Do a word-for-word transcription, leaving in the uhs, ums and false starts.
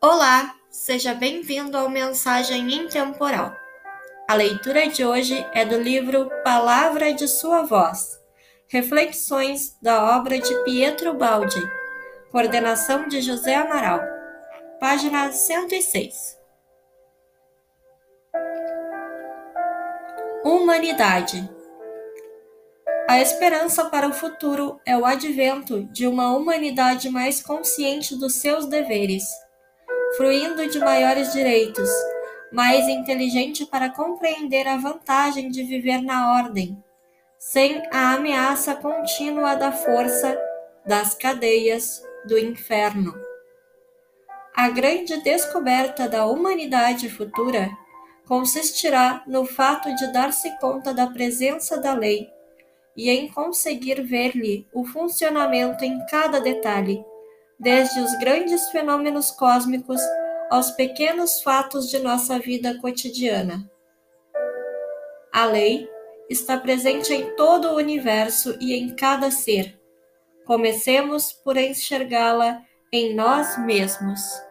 Olá, seja bem-vindo ao Mensagem Intemporal. A leitura de hoje é do livro Palavra de Sua Voz, Reflexões da obra de Pietro Baldi, coordenação de José Amaral, página cento e seis. Humanidade. A esperança para o futuro é o advento de uma humanidade mais consciente dos seus deveres, fruindo de maiores direitos, mais inteligente para compreender a vantagem de viver na ordem, sem a ameaça contínua da força das cadeias do inferno. A grande descoberta da humanidade futura consistirá no fato de dar-se conta da presença da lei e em conseguir ver-lhe o funcionamento em cada detalhe, desde os grandes fenômenos cósmicos aos pequenos fatos de nossa vida cotidiana. A lei está presente em todo o universo e em cada ser. Comecemos por enxergá-la em nós mesmos.